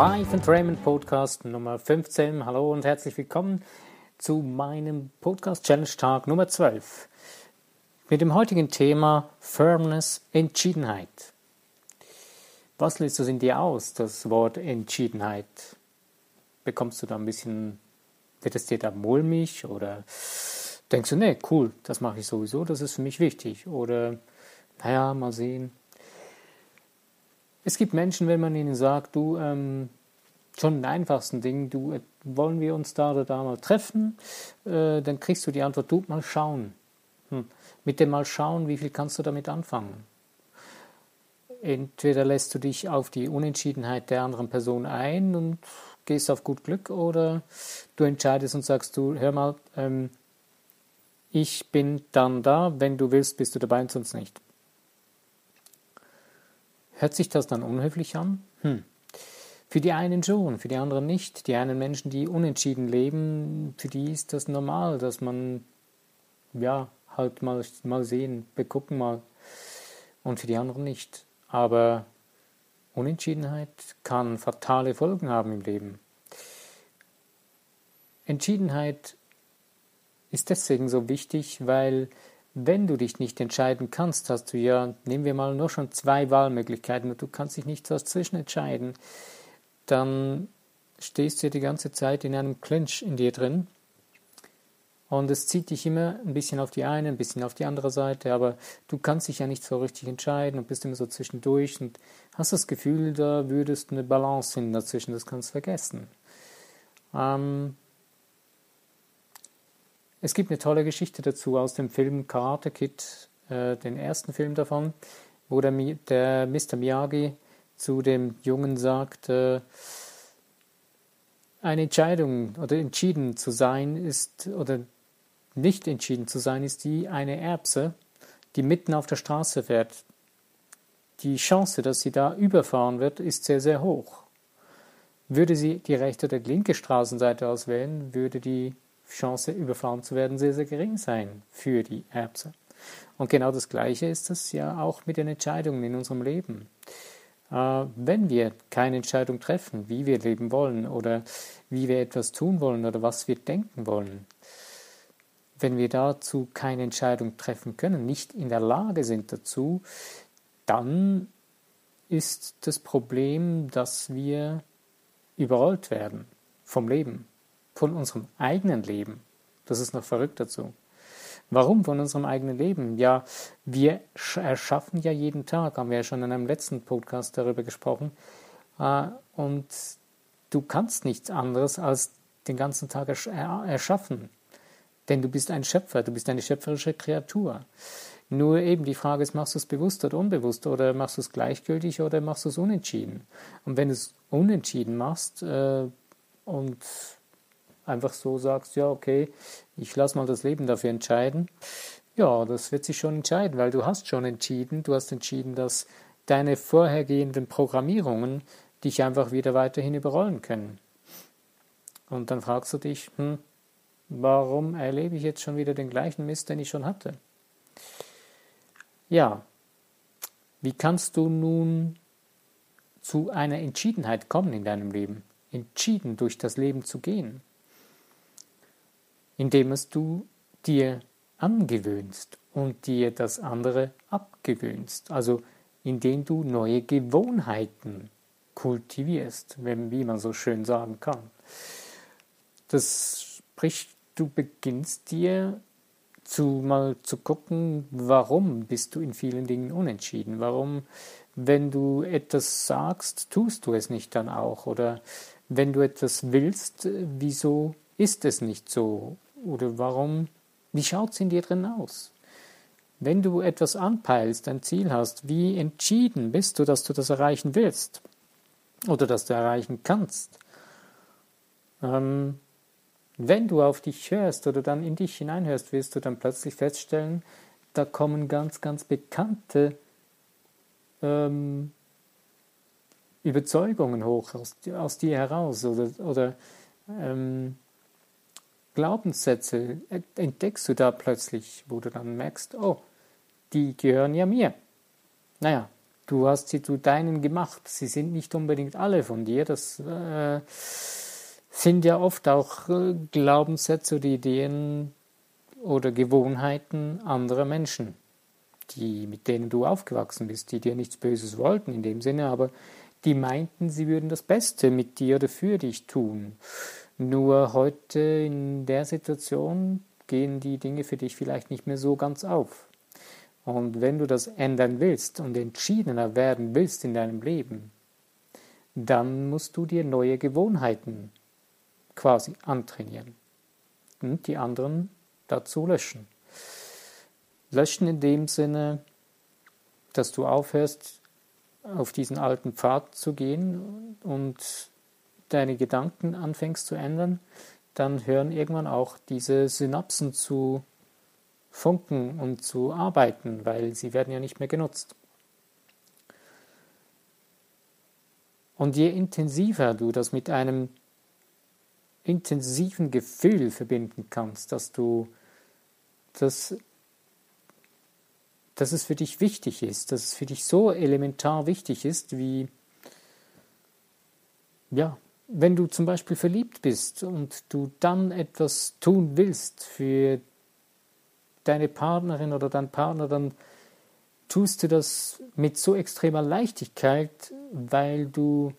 Life and Raymond Podcast Nummer 15. Hallo und herzlich willkommen zu meinem Podcast Challenge Tag Nummer 12 mit dem heutigen Thema Firmness, Entschiedenheit. Was löst das in dir aus, das Wort Entschiedenheit? Bekommst du da wird es dir da mulmig oder denkst du, nee, cool, das mache ich sowieso, das ist für mich wichtig oder, naja, mal sehen. Es gibt Menschen, wenn man ihnen sagt, du, schon den einfachsten Dingen, wollen wir uns da oder da mal treffen, dann kriegst du die Antwort, du, mal schauen. Mit dem mal schauen, wie viel kannst du damit anfangen? Entweder lässt du dich auf die Unentschiedenheit der anderen Person ein und gehst auf gut Glück, oder du entscheidest und sagst, du, hör mal, ich bin dann da, wenn du willst, bist du dabei und sonst nicht. Hört sich das dann unhöflich an? Für die einen schon, für die anderen nicht. Die einen Menschen, die unentschieden leben, für die ist das normal, dass man, ja, halt mal sehen, wir gucken mal. Und für die anderen nicht. Aber Unentschiedenheit kann fatale Folgen haben im Leben. Entschiedenheit ist deswegen so wichtig, weil wenn du dich nicht entscheiden kannst, hast du ja, nehmen wir mal nur schon 2 Wahlmöglichkeiten und du kannst dich nicht dazwischen entscheiden, dann stehst du ja die ganze Zeit in einem Clinch in dir drin und es zieht dich immer ein bisschen auf die eine, ein bisschen auf die andere Seite, aber du kannst dich ja nicht so richtig entscheiden und bist immer so zwischendurch und hast das Gefühl, da würdest du eine Balance finden dazwischen, das kannst du vergessen. Es gibt eine tolle Geschichte dazu aus dem Film Karate Kid, den ersten Film davon, wo der Mr. Miyagi zu dem Jungen sagt, eine Entscheidung oder entschieden zu sein ist, oder nicht entschieden zu sein, ist wie eine Erbse, die mitten auf der Straße fährt. Die Chance, dass sie da überfahren wird, ist sehr, sehr hoch. Würde sie die rechte oder die linke Straßenseite auswählen, würde die Chance, überfahren zu werden, sehr, sehr gering sein für die Erbse. Und genau das Gleiche ist es ja auch mit den Entscheidungen in unserem Leben. Wenn wir keine Entscheidung treffen, wie wir leben wollen oder wie wir etwas tun wollen oder was wir denken wollen, wenn wir dazu keine Entscheidung treffen können, nicht in der Lage sind dazu, dann ist das Problem, dass wir überrollt werden vom Leben. Von unserem eigenen Leben. Das ist noch verrückt dazu. Warum von unserem eigenen Leben? Ja, wir erschaffen ja jeden Tag, haben wir ja schon in einem letzten Podcast darüber gesprochen, und du kannst nichts anderes als den ganzen Tag erschaffen. Denn du bist ein Schöpfer, du bist eine schöpferische Kreatur. Nur eben die Frage ist, machst du es bewusst oder unbewusst, oder machst du es gleichgültig oder machst du es unentschieden? Und wenn du es unentschieden machst und einfach so sagst, ja, okay, ich lasse mal das Leben dafür entscheiden. Ja, das wird sich schon entscheiden, weil du hast schon entschieden, dass deine vorhergehenden Programmierungen dich einfach wieder weiterhin überrollen können. Und dann fragst du dich, warum erlebe ich jetzt schon wieder den gleichen Mist, den ich schon hatte? Ja, wie kannst du nun zu einer Entschiedenheit kommen in deinem Leben? Entschieden durch das Leben zu gehen? Indem es du dir angewöhnst und dir das andere abgewöhnst. Also indem du neue Gewohnheiten kultivierst, wie man so schön sagen kann. Das spricht, du beginnst dir mal zu gucken, warum bist du in vielen Dingen unentschieden? Warum, wenn du etwas sagst, tust du es nicht dann auch? Oder wenn du etwas willst, wieso ist es nicht so? Oder wie schaut es in dir drin aus? Wenn du etwas anpeilst, ein Ziel hast, wie entschieden bist du, dass du das erreichen willst? Oder dass du erreichen kannst? Wenn du auf dich hörst oder dann in dich hineinhörst, wirst du dann plötzlich feststellen, da kommen ganz, ganz bekannte Überzeugungen hoch aus dir heraus oder Glaubenssätze entdeckst du da plötzlich, wo du dann merkst, oh, die gehören ja mir. Naja, Du hast sie zu deinen gemacht. Sie sind nicht unbedingt alle von dir. Das sind ja oft auch Glaubenssätze oder Ideen oder Gewohnheiten anderer Menschen, mit denen du aufgewachsen bist, die dir nichts Böses wollten in dem Sinne, aber die meinten, sie würden das Beste mit dir oder für dich tun. Nur heute in der Situation gehen die Dinge für dich vielleicht nicht mehr so ganz auf. Und wenn du das ändern willst und entschiedener werden willst in deinem Leben, dann musst du dir neue Gewohnheiten quasi antrainieren und die anderen dazu löschen. Löschen in dem Sinne, dass du aufhörst, auf diesen alten Pfad zu gehen und deine Gedanken anfängst zu ändern, dann hören irgendwann auch diese Synapsen zu funken und zu arbeiten, weil sie werden ja nicht mehr genutzt. Und je intensiver du das mit einem intensiven Gefühl verbinden kannst, dass es für dich wichtig ist, dass es für dich so elementar wichtig ist, wie, ja, wenn du zum Beispiel verliebt bist und du dann etwas tun willst für deine Partnerin oder deinen Partner, dann tust du das mit so extremer Leichtigkeit, weil du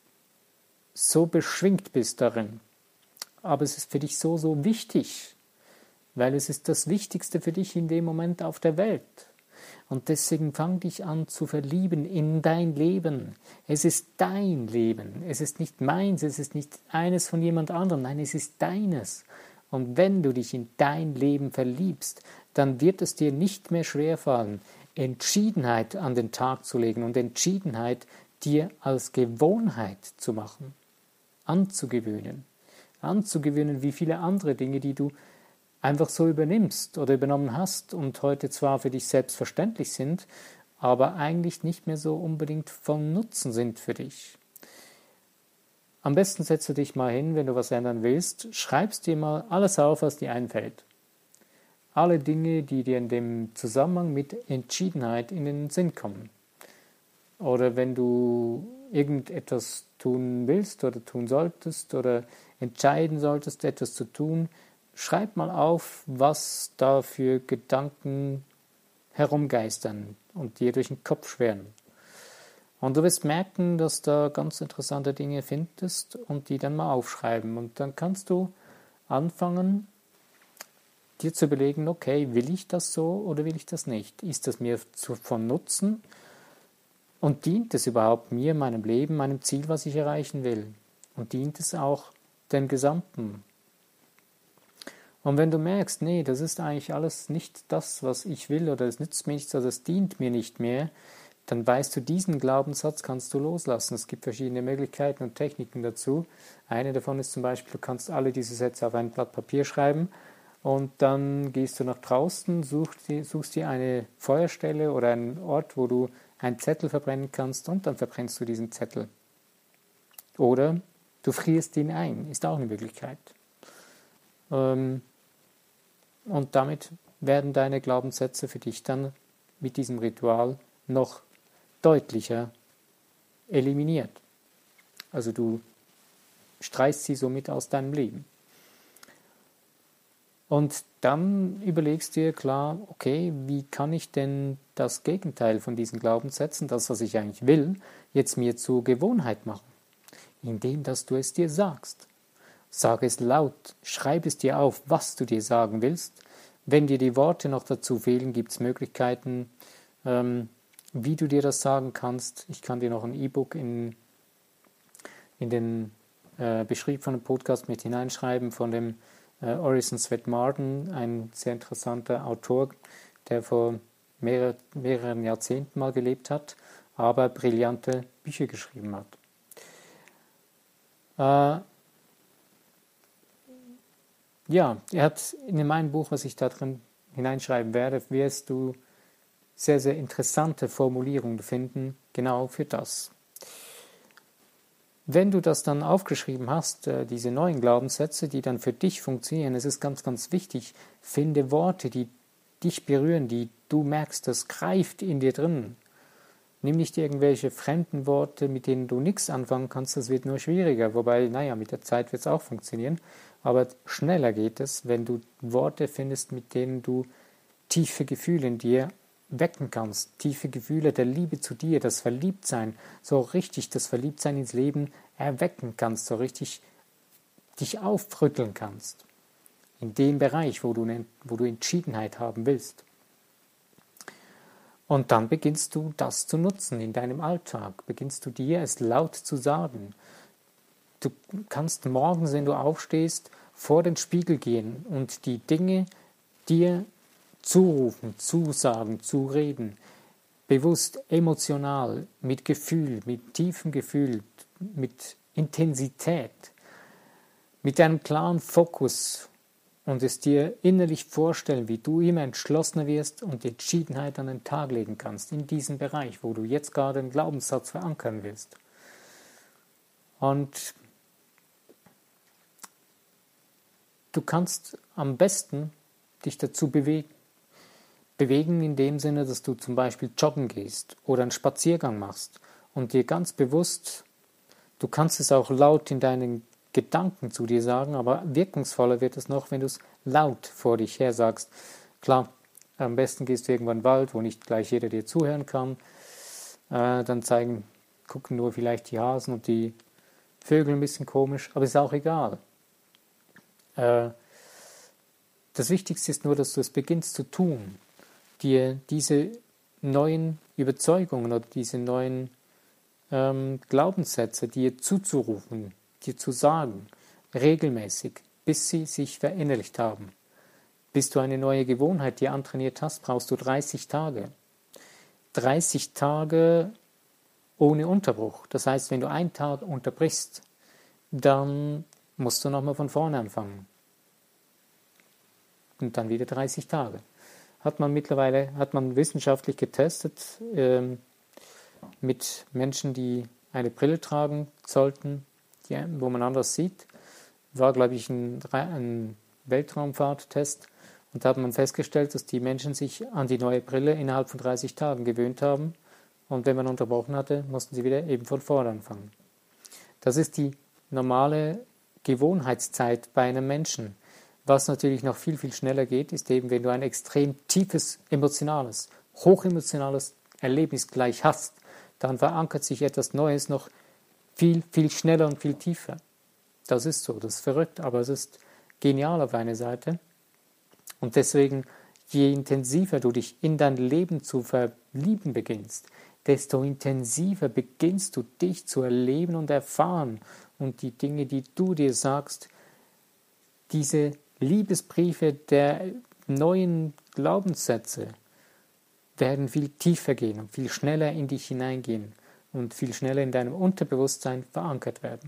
so beschwingt bist darin. Aber es ist für dich so, so wichtig, weil es ist das Wichtigste für dich in dem Moment auf der Welt. Und deswegen fang dich an zu verlieben in dein Leben. Es ist dein Leben. Es ist nicht meins, es ist nicht eines von jemand anderem. Nein, es ist deines. Und wenn du dich in dein Leben verliebst, dann wird es dir nicht mehr schwerfallen, Entschiedenheit an den Tag zu legen und Entschiedenheit dir als Gewohnheit zu machen, anzugewöhnen, wie viele andere Dinge, die du einfach so übernimmst oder übernommen hast und heute zwar für dich selbstverständlich sind, aber eigentlich nicht mehr so unbedingt von Nutzen sind für dich. Am besten setzt du dich mal hin, wenn du was ändern willst, schreibst dir mal alles auf, was dir einfällt. Alle Dinge, die dir in dem Zusammenhang mit Entschiedenheit in den Sinn kommen. Oder wenn du irgendetwas tun willst oder tun solltest oder entscheiden solltest, etwas zu tun, schreib mal auf, was da für Gedanken herumgeistern und dir durch den Kopf schwirren. Und du wirst merken, dass da ganz interessante Dinge findest und die dann mal aufschreiben. Und dann kannst du anfangen, dir zu überlegen, okay, will ich das so oder will ich das nicht? Ist das mir von Nutzen? Und dient es überhaupt mir, meinem Leben, meinem Ziel, was ich erreichen will? Und dient es auch dem Gesamten? Und wenn du merkst, nee, das ist eigentlich alles nicht das, was ich will oder es nützt mir nichts oder es dient mir nicht mehr, dann weißt du, diesen Glaubenssatz kannst du loslassen. Es gibt verschiedene Möglichkeiten und Techniken dazu. Eine davon ist zum Beispiel, du kannst alle diese Sätze auf ein Blatt Papier schreiben und dann gehst du nach draußen, suchst dir eine Feuerstelle oder einen Ort, wo du einen Zettel verbrennen kannst und dann verbrennst du diesen Zettel. Oder du frierst ihn ein, ist auch eine Möglichkeit. Und damit werden deine Glaubenssätze für dich dann mit diesem Ritual noch deutlicher eliminiert. Also du streichst sie somit aus deinem Leben. Und dann überlegst du dir klar, okay, wie kann ich denn das Gegenteil von diesen Glaubenssätzen, das, was ich eigentlich will, jetzt mir zur Gewohnheit machen? Indem, dass du es dir sagst. Sag es laut, schreib es dir auf, was du dir sagen willst. Wenn dir die Worte noch dazu fehlen, gibt es Möglichkeiten, wie du dir das sagen kannst. Ich kann dir noch ein E-Book in den Beschrieb von dem Podcast mit hineinschreiben von dem Orison Swett Marden, ein sehr interessanter Autor, der vor mehreren Jahrzehnten mal gelebt hat, aber brillante Bücher geschrieben hat. Ja, er hat in meinem Buch, was ich da drin hineinschreiben werde, wirst du sehr, sehr interessante Formulierungen finden, genau für das. Wenn du das dann aufgeschrieben hast, diese neuen Glaubenssätze, die dann für dich funktionieren, es ist ganz, ganz wichtig, finde Worte, die dich berühren, die du merkst, das greift in dir drin. Nimm nicht irgendwelche fremden Worte, mit denen du nichts anfangen kannst, das wird nur schwieriger. Wobei, mit der Zeit wird es auch funktionieren. Aber schneller geht es, wenn du Worte findest, mit denen du tiefe Gefühle in dir wecken kannst. Tiefe Gefühle der Liebe zu dir, das Verliebtsein, so richtig das Verliebtsein ins Leben erwecken kannst, so richtig dich aufrütteln kannst. In dem Bereich, wo du Entschiedenheit haben willst. Und dann beginnst du das zu nutzen in deinem Alltag. Beginnst du dir es laut zu sagen. Du kannst morgens, wenn du aufstehst, vor den Spiegel gehen und die Dinge dir zurufen, zusagen, zureden. Bewusst, emotional, mit Gefühl, mit tiefem Gefühl, mit Intensität, mit einem klaren Fokus und es dir innerlich vorstellen, wie du immer entschlossener wirst und die Entschiedenheit an den Tag legen kannst, in diesem Bereich, wo du jetzt gerade einen Glaubenssatz verankern willst. Und du kannst am besten dich dazu bewegen. Bewegen in dem Sinne, dass du zum Beispiel joggen gehst oder einen Spaziergang machst und dir ganz bewusst, du kannst es auch laut in deinen Gedanken zu dir sagen, aber wirkungsvoller wird es noch, wenn du es laut vor dich her sagst. Klar, am besten gehst du irgendwann in den Wald, wo nicht gleich jeder dir zuhören kann. Dann gucken nur vielleicht die Hasen und die Vögel ein bisschen komisch, aber ist auch egal. Das Wichtigste ist nur, dass du es beginnst zu tun, dir diese neuen Überzeugungen oder diese neuen Glaubenssätze dir zuzurufen, dir zu sagen, regelmäßig, bis sie sich verinnerlicht haben. Bis du eine neue Gewohnheit dir antrainiert hast, brauchst du 30 Tage. 30 Tage ohne Unterbruch. Das heißt, wenn du einen Tag unterbrichst, dann musst du nochmal von vorne anfangen. Und dann wieder 30 Hat man wissenschaftlich getestet mit Menschen, die eine Brille tragen sollten, wo man anders sieht. War, glaube ich, ein Weltraumfahrttest. Und da hat man festgestellt, dass die Menschen sich an die neue Brille innerhalb von 30 Tagen gewöhnt haben. Und wenn man unterbrochen hatte, mussten sie wieder eben von vorne anfangen. Das ist die normale Gewohnheitszeit bei einem Menschen. Was natürlich noch viel, viel schneller geht, ist eben, wenn du ein extrem tiefes, emotionales, hochemotionales Erlebnis gleich hast, dann verankert sich etwas Neues noch viel, viel schneller und viel tiefer. Das ist so, das ist verrückt, aber es ist genial auf einer Seite. Und deswegen, je intensiver du dich in dein Leben zu verlieben beginnst, desto intensiver beginnst du dich zu erleben und erfahren. Und die Dinge, die du dir sagst, diese Liebesbriefe der neuen Glaubenssätze werden viel tiefer gehen und viel schneller in dich hineingehen und viel schneller in deinem Unterbewusstsein verankert werden.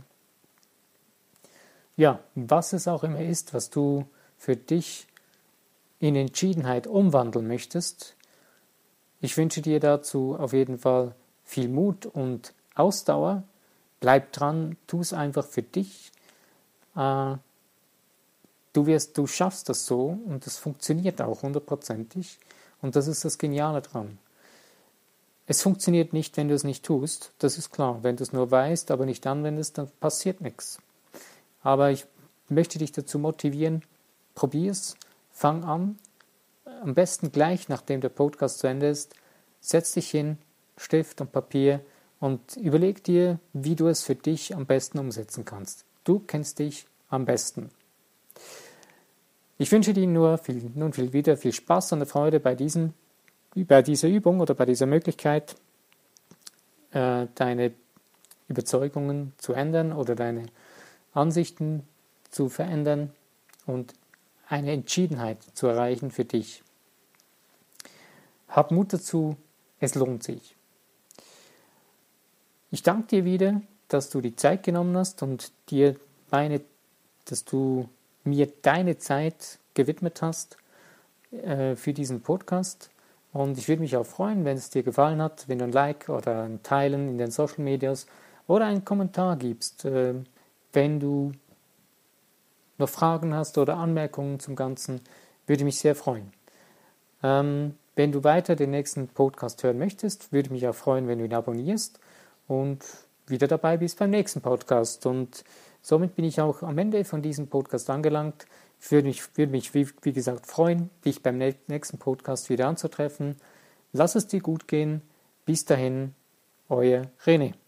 Ja, was es auch immer ist, was du für dich in Entschiedenheit umwandeln möchtest, ich wünsche dir dazu auf jeden Fall viel Mut und Ausdauer. Bleib dran, tu es einfach für dich. Du schaffst das so und es funktioniert auch 100%ig und das ist das Geniale dran. Es funktioniert nicht, wenn du es nicht tust, das ist klar. Wenn du es nur weißt, aber nicht anwendest, dann passiert nichts. Aber ich möchte dich dazu motivieren, probier's, fang an, am besten gleich, nachdem der Podcast zu Ende ist, setz dich hin, Stift und Papier und überleg dir, wie du es für dich am besten umsetzen kannst. Du kennst dich am besten. Ich wünsche dir nun viel Spaß und Freude bei dieser Übung oder bei dieser Möglichkeit, deine Überzeugungen zu ändern oder deine Ansichten zu verändern und eine Entschiedenheit zu erreichen für dich. Hab Mut dazu, es lohnt sich. Ich danke dir wieder, dass du die Zeit genommen hast und dass du mir deine Zeit gewidmet hast für diesen Podcast. Und ich würde mich auch freuen, wenn es dir gefallen hat, wenn du ein Like oder ein Teilen in den Social Medias oder einen Kommentar gibst, wenn du noch Fragen hast oder Anmerkungen zum Ganzen, würde mich sehr freuen. Wenn du weiter den nächsten Podcast hören möchtest, würde mich auch freuen, wenn du ihn abonnierst und wieder dabei bist beim nächsten Podcast. Und somit bin ich auch am Ende von diesem Podcast angelangt. Ich würde mich wie gesagt, freuen, dich beim nächsten Podcast wieder anzutreffen. Lass es dir gut gehen. Bis dahin, euer René.